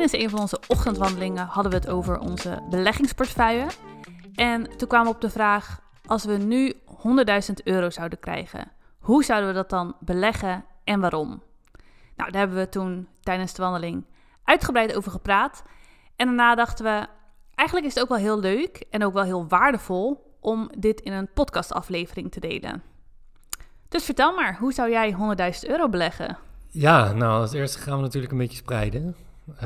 Tijdens een van onze ochtendwandelingen hadden we het over onze beleggingsportefeuille. En toen kwamen we op de vraag, als we nu €100.000 zouden krijgen, hoe zouden we dat dan beleggen en waarom? Nou, daar hebben we toen tijdens de wandeling uitgebreid over gepraat. En daarna dachten we, eigenlijk is het ook wel heel leuk en ook wel heel waardevol om dit in een podcastaflevering te delen. Dus vertel maar, hoe zou jij €100.000 beleggen? Ja, nou als eerste gaan we natuurlijk een beetje spreiden.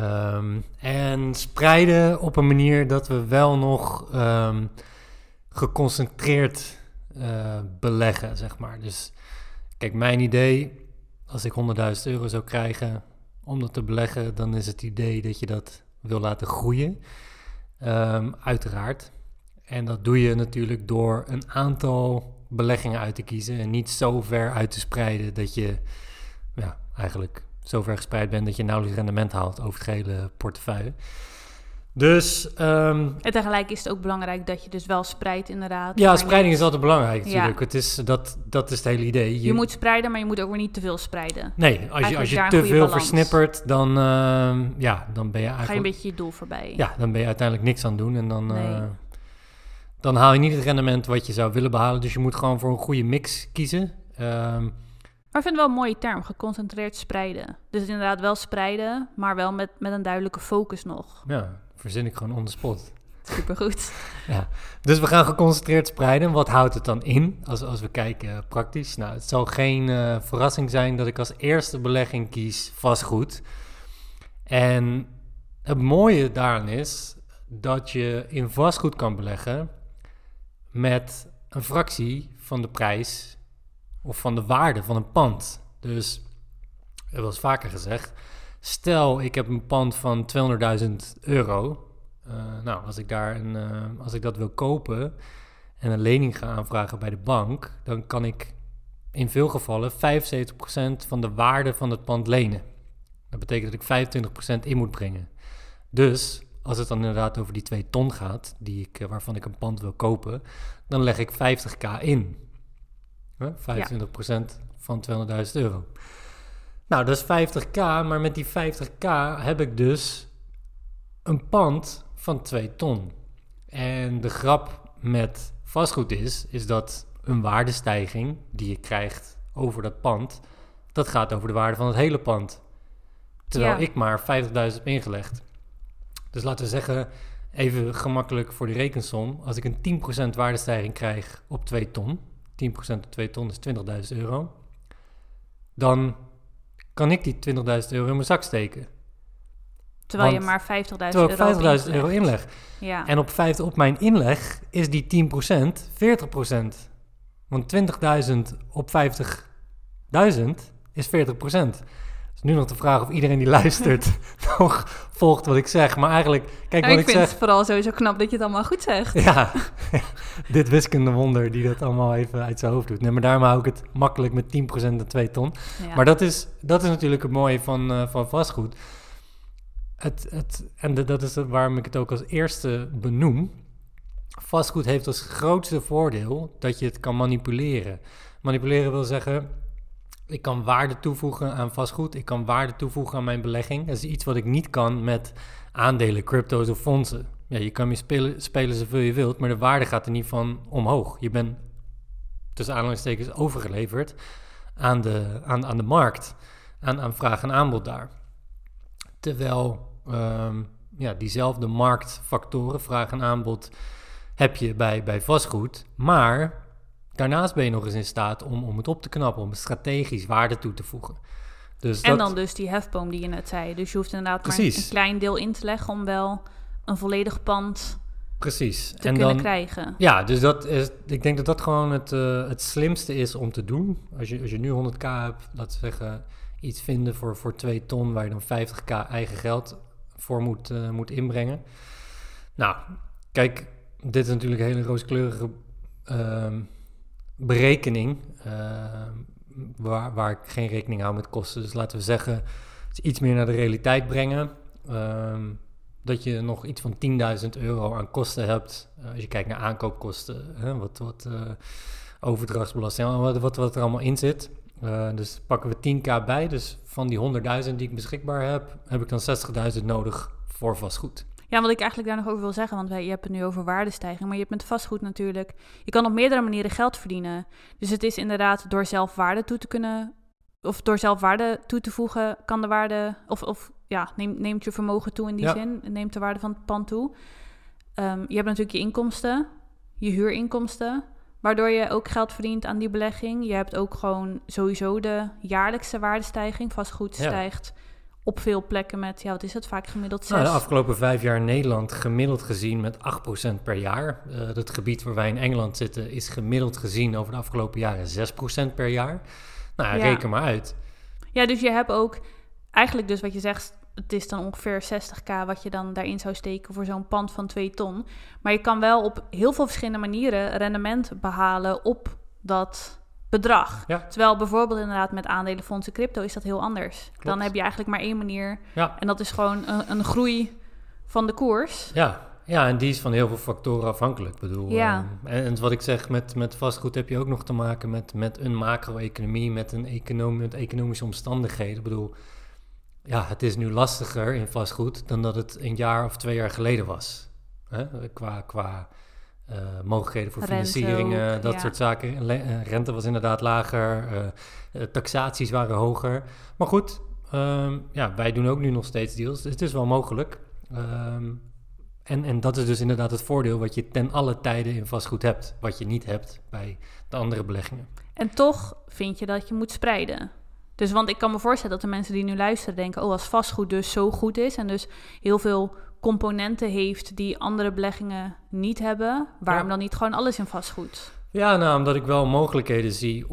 En spreiden op een manier dat we wel nog geconcentreerd beleggen, zeg maar. Dus kijk, mijn idee, als ik €100.000 zou krijgen om dat te beleggen, dan is het idee dat je dat wil laten groeien. Uiteraard. En dat doe je natuurlijk door een aantal beleggingen uit te kiezen en niet zo ver uit te spreiden dat je eigenlijk zo ver gespreid bent dat je nauwelijks rendement haalt over het hele portefeuille. Dus, en tegelijk is het ook belangrijk dat je dus wel spreidt inderdaad. Ja, spreiding is altijd belangrijk natuurlijk. Ja. Dat is het hele idee. Je moet spreiden, maar je moet ook weer niet te veel spreiden. Nee, als je te veel versnippert, dan ben je eigenlijk... Ga je een beetje je doel voorbij. Ja, dan ben je uiteindelijk niks aan het doen en dan haal je niet het rendement wat je zou willen behalen. Dus je moet gewoon voor een goede mix kiezen. Maar ik vind het wel een mooie term, geconcentreerd spreiden. Dus inderdaad wel spreiden, maar wel met een duidelijke focus nog. Ja, verzin ik gewoon on the spot. Supergoed. Ja, dus we gaan geconcentreerd spreiden. Wat houdt het dan in als we kijken praktisch? Nou, het zal geen verrassing zijn dat ik als eerste belegging kies vastgoed. En het mooie daaraan is dat je in vastgoed kan beleggen met een fractie van de prijs of van de waarde van een pand. Dus, dat was vaker gezegd, stel ik heb een pand van €200.000. Nou, als ik dat wil kopen en een lening ga aanvragen bij de bank, dan kan ik in veel gevallen 75% van de waarde van het pand lenen. Dat betekent dat ik 25% in moet brengen. Dus als het dan inderdaad over die 2 ton gaat, waarvan ik een pand wil kopen, dan leg ik €50.000 in. 25% van €200.000. Nou, dat is €50.000, maar met die €50.000 heb ik dus een pand van 2 ton. En de grap met vastgoed is dat een waardestijging die je krijgt over dat pand, dat gaat over de waarde van het hele pand. Terwijl ik maar €50.000 heb ingelegd. Dus laten we zeggen, even gemakkelijk voor de rekensom, als ik een 10% waardestijging krijg op 2 ton, 10% op 2 ton is €20.000, dan kan ik die €20.000 in mijn zak steken. Terwijl je maar €50.000 inleg. Ja. En op mijn inleg is die 10% 40%. Want 20.000 op 50.000 is 40%. Dus nu nog de vraag of iedereen die luistert nog volgt wat ik zeg. Maar eigenlijk, kijk wat ik zeg. Ik vind het vooral sowieso knap dat je het allemaal goed zegt. Ja, dit wiskundewonder die dat allemaal even uit zijn hoofd doet. Nee, maar daarom hou ik het makkelijk met 10% en 2 ton. Ja. Maar dat is natuurlijk het mooie van vastgoed. Dat is waarom ik het ook als eerste benoem. Vastgoed heeft als grootste voordeel dat je het kan manipuleren. Manipuleren wil zeggen, ik kan waarde toevoegen aan vastgoed. Ik kan waarde toevoegen aan mijn belegging. Dat is iets wat ik niet kan met aandelen, crypto's of fondsen. Ja, je kan spelen zoveel je wilt, maar de waarde gaat er niet van omhoog. Je bent tussen aanhalingstekens overgeleverd aan de markt, aan vraag en aanbod daar. Terwijl diezelfde marktfactoren, vraag en aanbod, heb je bij vastgoed. Maar daarnaast ben je nog eens in staat om het op te knappen, om strategisch waarde toe te voegen. Dan dus die hefboom die je net zei. Dus je hoeft inderdaad maar een klein deel in te leggen om wel een volledig pand te kunnen krijgen. Ja, dus ik denk dat dat gewoon het slimste is om te doen. Als je nu €100.000 hebt, laten we zeggen, iets vinden voor 2 ton, waar je dan €50.000 eigen geld voor moet inbrengen. Nou, kijk, dit is natuurlijk een hele rooskleurige berekening, waar ik geen rekening hou met kosten. Dus laten we zeggen, iets meer naar de realiteit brengen. Dat je nog iets van €10.000 aan kosten hebt. Als je kijkt naar aankoopkosten, wat overdrachtsbelasting, wat er allemaal in zit. Dus pakken we 10k bij. Dus van die 100.000 die ik beschikbaar heb ik dan 60.000 nodig voor vastgoed. Ja, wat ik eigenlijk daar nog over wil zeggen, want je hebt het nu over waardestijging, maar je hebt met vastgoed natuurlijk, je kan op meerdere manieren geld verdienen. Dus het is inderdaad door zelf waarde toe te kunnen, of door zelf waarde toe te voegen, kan de waarde, neemt je vermogen toe in die zin, neemt de waarde van het pand toe. Je hebt natuurlijk je inkomsten, je huurinkomsten, waardoor je ook geld verdient aan die belegging. Je hebt ook gewoon sowieso de jaarlijkse waardestijging. Vastgoed stijgt op veel plekken met, wat is het, vaak gemiddeld 6. Nou, de afgelopen 5 jaar in Nederland gemiddeld gezien met 8% per jaar. Het gebied waar wij in Engeland zitten is gemiddeld gezien over de afgelopen jaren 6% per jaar. Nou, reken maar uit. Ja, dus je hebt ook eigenlijk dus wat je zegt, het is dan ongeveer 60k wat je dan daarin zou steken voor zo'n pand van 2 ton. Maar je kan wel op heel veel verschillende manieren rendement behalen op dat bedrag. Ja. Terwijl bijvoorbeeld inderdaad met aandelenfondsen crypto is dat heel anders. Klopt. Dan heb je eigenlijk maar 1 manier. Ja. En dat is gewoon een groei van de koers. Ja, en die is van heel veel factoren afhankelijk. Ik bedoel, en wat ik zeg, met vastgoed heb je ook nog te maken met een macro-economie, met economische omstandigheden. Ik bedoel, het is nu lastiger in vastgoed dan dat het een jaar of 2 jaar geleden was. Qua mogelijkheden voor financieringen, dat soort zaken. Rente was inderdaad lager, taxaties waren hoger. Maar goed, wij doen ook nu nog steeds deals, dus het is wel mogelijk. En dat is dus inderdaad het voordeel wat je ten alle tijden in vastgoed hebt, wat je niet hebt bij de andere beleggingen. En toch vind je dat je moet spreiden. Dus want ik kan me voorstellen dat de mensen die nu luisteren denken, als vastgoed dus zo goed is en dus heel veel componenten heeft die andere beleggingen niet hebben, waarom dan niet gewoon alles in vastgoed? Ja, omdat ik wel mogelijkheden zie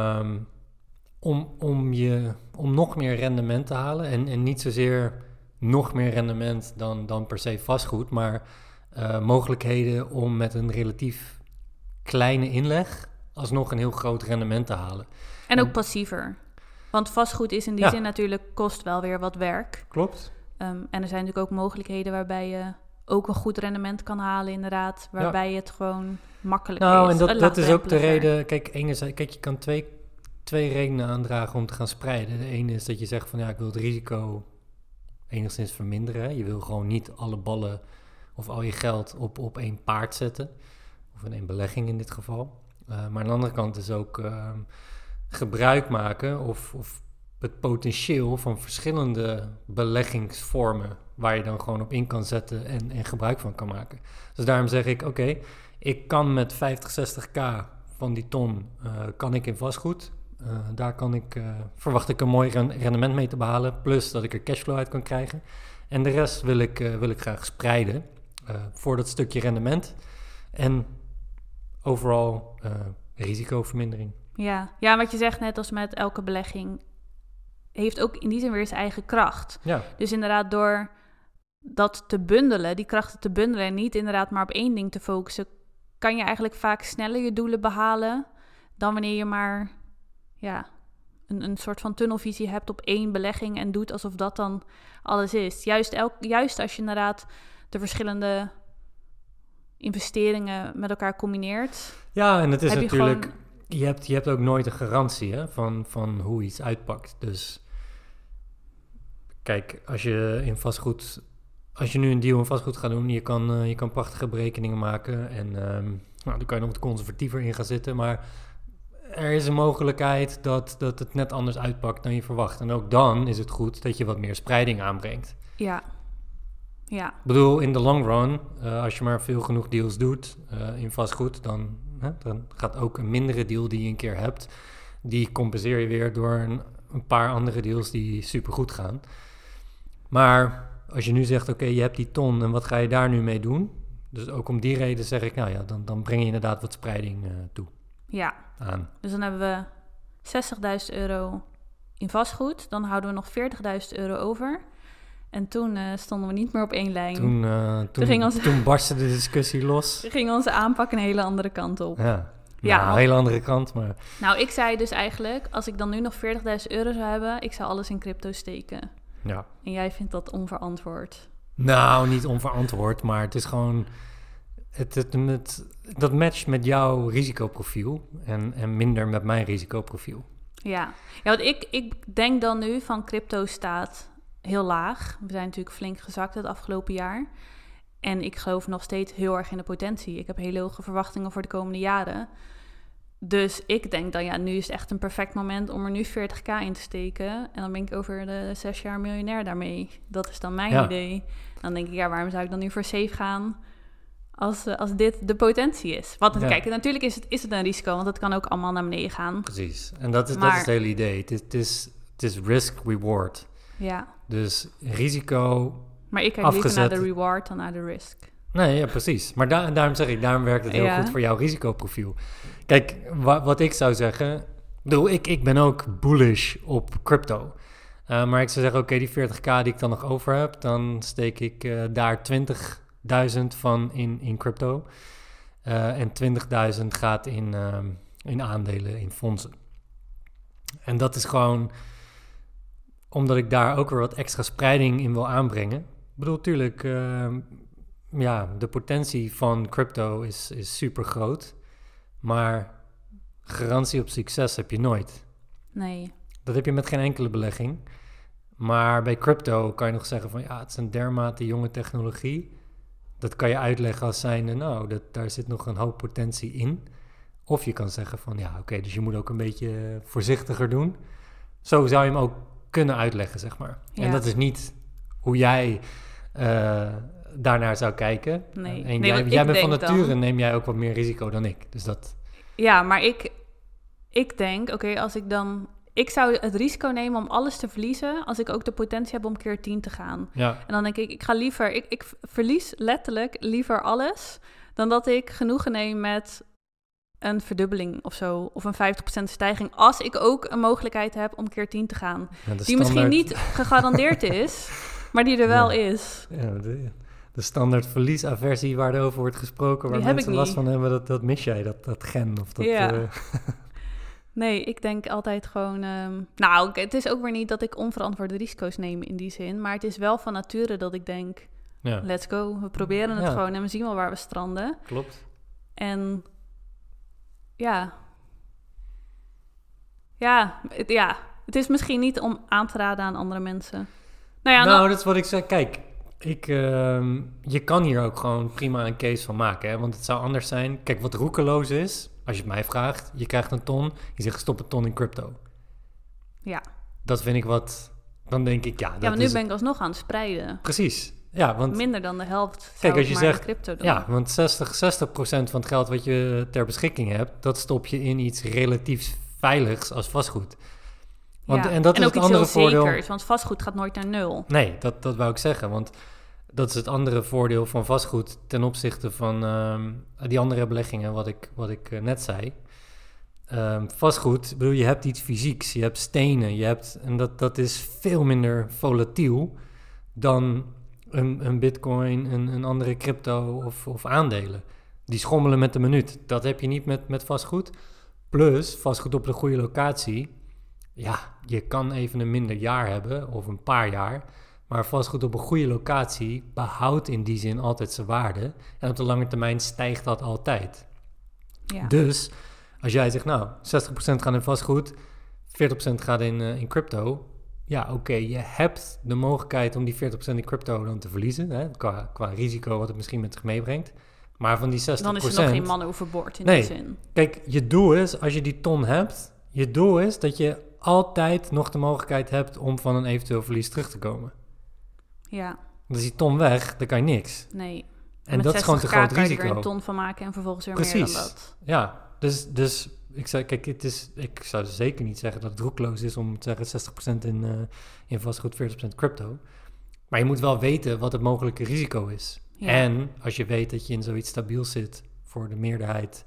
om nog meer rendement te halen en niet zozeer nog meer rendement dan per se vastgoed, maar mogelijkheden om met een relatief kleine inleg alsnog een heel groot rendement te halen. En ook passiever. Want vastgoed is in die zin natuurlijk, kost wel weer wat werk. Klopt. En er zijn natuurlijk ook mogelijkheden waarbij je ook een goed rendement kan halen inderdaad. Waarbij het gewoon makkelijk is. Nou, en dat is ook de reden. Kijk, je kan twee redenen aandragen om te gaan spreiden. De ene is dat je zegt van ik wil het risico enigszins verminderen. Je wil gewoon niet alle ballen of al je geld op 1 paard zetten. Of in 1 belegging in dit geval. Maar aan de andere kant is ook gebruik maken of het potentieel van verschillende beleggingsvormen waar je dan gewoon op in kan zetten en gebruik van kan maken. Dus daarom zeg ik, oké, ik kan met 50, 60k van die ton kan ik in vastgoed. Daar verwacht ik een mooi rendement mee te behalen, plus dat ik er cashflow uit kan krijgen. En de rest wil ik graag spreiden voor dat stukje rendement en overal risicovermindering. Ja, wat je zegt net als met elke belegging heeft ook in die zin weer zijn eigen kracht. Ja. Dus inderdaad door dat te bundelen, die krachten te bundelen en niet inderdaad maar op 1 ding te focussen, kan je eigenlijk vaak sneller je doelen behalen dan wanneer je maar een soort van tunnelvisie hebt op 1 belegging en doet alsof dat dan alles is. Juist als je inderdaad de verschillende investeringen met elkaar combineert. Ja, en het is natuurlijk, je hebt ook nooit een garantie van hoe iets uitpakt. Dus kijk, als je nu een deal in vastgoed gaat doen, je kan prachtige berekeningen maken en dan kan je nog wat conservatiever in gaan zitten, maar er is een mogelijkheid dat het net anders uitpakt dan je verwacht. En ook dan is het goed dat je wat meer spreiding aanbrengt. Ja. Ik bedoel, in de long run, als je maar veel genoeg deals doet in vastgoed, dan gaat ook een mindere deal die je een keer hebt, die compenseer je weer door een paar andere deals die supergoed gaan. Maar als je nu zegt, oké, je hebt die ton en wat ga je daar nu mee doen? Dus ook om die reden zeg ik, dan breng je inderdaad wat spreiding toe. Ja, dus dan hebben we €60.000 in vastgoed. Dan houden we nog €40.000 over. En toen stonden we niet meer op 1 lijn. Toen barstte de discussie los. Ging onze aanpak een hele andere kant op. Ja, een hele andere kant. Maar nou, ik zei dus eigenlijk, als ik dan nu nog €40.000 zou hebben, ik zou alles in crypto steken. Ja. En jij vindt dat onverantwoord? Nou, niet onverantwoord, maar het is gewoon dat matcht met jouw risicoprofiel en minder met mijn risicoprofiel. Ja, want ik denk dan nu van crypto staat heel laag. We zijn natuurlijk flink gezakt het afgelopen jaar. En ik geloof nog steeds heel erg in de potentie. Ik heb hele hoge verwachtingen voor de komende jaren. Dus ik denk dan, ja, nu is het echt een perfect moment om er nu 40k in te steken. En dan ben ik over de 6 jaar miljonair daarmee. Dat is dan mijn idee. Dan denk ik, ja, waarom zou ik dan nu voor safe gaan als dit de potentie is? Want kijk, natuurlijk is het een risico, want het kan ook allemaal naar beneden gaan. Precies, en dat is het hele idee. Het is risk-reward. Ja. Dus risico. Maar ik kijk liever naar de reward dan naar de risk. Nee, ja, precies. Maar daarom zeg ik, daarom werkt het heel goed voor jouw risicoprofiel. Kijk, wat ik zou zeggen. Ik ben ook bullish op crypto. Maar ik zou zeggen, oké, die 40k die ik dan nog over heb, dan steek ik daar 20.000 van in crypto. En 20.000 gaat in aandelen, in fondsen. En dat is gewoon omdat ik daar ook weer wat extra spreiding in wil aanbrengen. Ik bedoel, natuurlijk, de potentie van crypto is super groot. Maar garantie op succes heb je nooit. Nee. Dat heb je met geen enkele belegging. Maar bij crypto kan je nog zeggen van, ja, het is een dermate jonge technologie. Dat kan je uitleggen als zijnde, daar zit nog een hoop potentie in. Of je kan zeggen van, ja, oké, dus je moet ook een beetje voorzichtiger doen. Zo zou je hem ook kunnen uitleggen, zeg maar. Ja. En dat is niet hoe jij daarnaar zou kijken. Nee. En jij bent van nature, neem jij ook wat meer risico dan ik. Dus dat. Ja, maar ik denk, oké, als ik dan. Ik zou het risico nemen om alles te verliezen als ik ook de potentie heb om keer 10 te gaan. Ja. En dan denk ik ga liever. Ik verlies letterlijk liever alles dan dat ik genoegen neem met een verdubbeling of zo, of een 50% stijging, als ik ook een mogelijkheid heb om keer 10 te gaan. Ja, die misschien niet gegarandeerd is, maar die er wel is. Ja, de standaard verliesaversie waar er over wordt gesproken, waar mensen last van hebben, dat mis jij, dat gen. Of dat, Nee, ik denk altijd gewoon. Het is ook weer niet dat ik onverantwoorde risico's neem in die zin, maar het is wel van nature dat ik denk, let's go, we proberen het gewoon en we zien wel waar we stranden. Klopt. En het is misschien niet om aan te raden aan andere mensen. Dat is wat ik zeg. Kijk, je kan hier ook gewoon prima een case van maken. Hè? Want het zou anders zijn. Kijk, wat roekeloos is, als je het mij vraagt, je krijgt een ton, je zegt stop een ton in crypto. Ja. Dat vind ik wat, dan denk ik, ja. Maar nu ben ik alsnog aan het spreiden. Precies. Ja, want minder dan de helft kijk, als je zegt, crypto doen. Ja, want 60% van het geld wat je ter beschikking hebt, dat stop je in iets relatief veiligs als vastgoed. Want, en dat is ook het andere voordeel. Zekers, want vastgoed gaat nooit naar nul. Nee, dat wou ik zeggen. Want dat is het andere voordeel van vastgoed ten opzichte van die andere beleggingen wat ik net zei. Vastgoed, bedoel, je hebt iets fysieks, je hebt stenen, en dat is veel minder volatiel dan een bitcoin, een andere crypto of aandelen. Die schommelen met de minuut. Dat heb je niet met vastgoed. Plus, vastgoed op de goede locatie. Ja, je kan even een minder jaar hebben of een paar jaar. Maar vastgoed op een goede locatie behoudt in die zin altijd zijn waarde. En op de lange termijn stijgt dat altijd. Ja. Dus als jij zegt, 60% gaat in vastgoed, 40% gaat in crypto. Ja, oké, je hebt de mogelijkheid om die 40% in crypto dan te verliezen. Hè, qua risico wat het misschien met zich meebrengt. Maar van die 60%... Dan is er nog geen man overboord in die zin. Kijk, je doel is, als je die ton hebt, je doel is dat je altijd nog de mogelijkheid hebt om van een eventueel verlies terug te komen. Ja. Dan is die ton weg, dan kan je niks. Nee. En dat is gewoon te groot risico. Kan je er een ton van maken en vervolgens weer meer dan dat. Ja, dus ik zei, kijk, ik zou zeker niet zeggen dat het roekloos is om te zeggen 60% in vastgoed, 40% crypto. Maar je moet wel weten wat het mogelijke risico is. Ja. En als je weet dat je in zoiets stabiel zit voor de meerderheid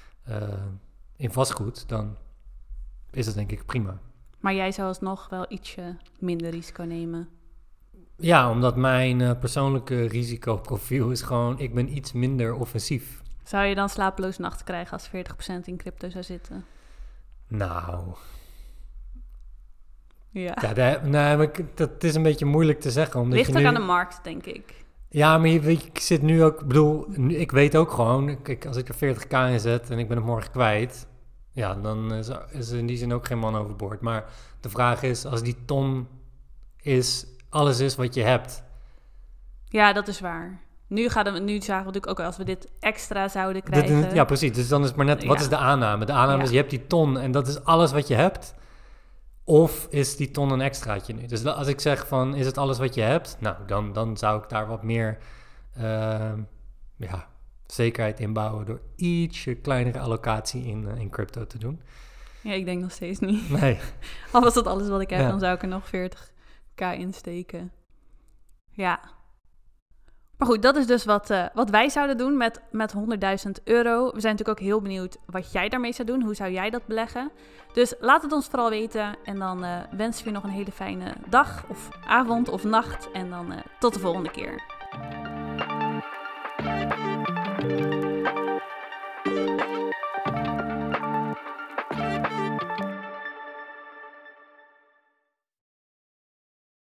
in vastgoed, dan is dat denk ik prima. Maar jij zou alsnog wel ietsje minder risico nemen. Ja, omdat mijn persoonlijke risicoprofiel is gewoon, ik ben iets minder offensief. Zou je dan slapeloze nachten krijgen als 40% in crypto zou zitten? Nou. Ja. Maar dat is een beetje moeilijk te zeggen. Omdat ligt ook aan de markt, denk ik. Ja, maar ik zit nu ook, ik weet ook gewoon, kijk, als ik er 40k in zet en ik ben het morgen kwijt, ja, dan is in die zin ook geen man overboord. Maar de vraag is, als die ton alles is wat je hebt. Ja, dat is waar. Nu zagen we natuurlijk ook als we dit extra zouden krijgen. Ja, precies. Dus dan is het maar net, wat is de aanname? De aanname is, je hebt die ton en dat is alles wat je hebt. Of is die ton een extraatje nu? Dus als ik zeg van, is het alles wat je hebt? Nou, dan zou ik daar wat meer zekerheid in bouwen door ietsje kleinere allocatie in crypto te doen. Ja, ik denk nog steeds niet. Nee. Al was dat alles wat ik heb, dan zou ik er nog 40k insteken. Ja. Maar goed, dat is dus wat wij zouden doen met 100.000 euro. We zijn natuurlijk ook heel benieuwd wat jij daarmee zou doen. Hoe zou jij dat beleggen? Dus laat het ons vooral weten. En dan wensen we je nog een hele fijne dag of avond of nacht. En dan tot de volgende keer.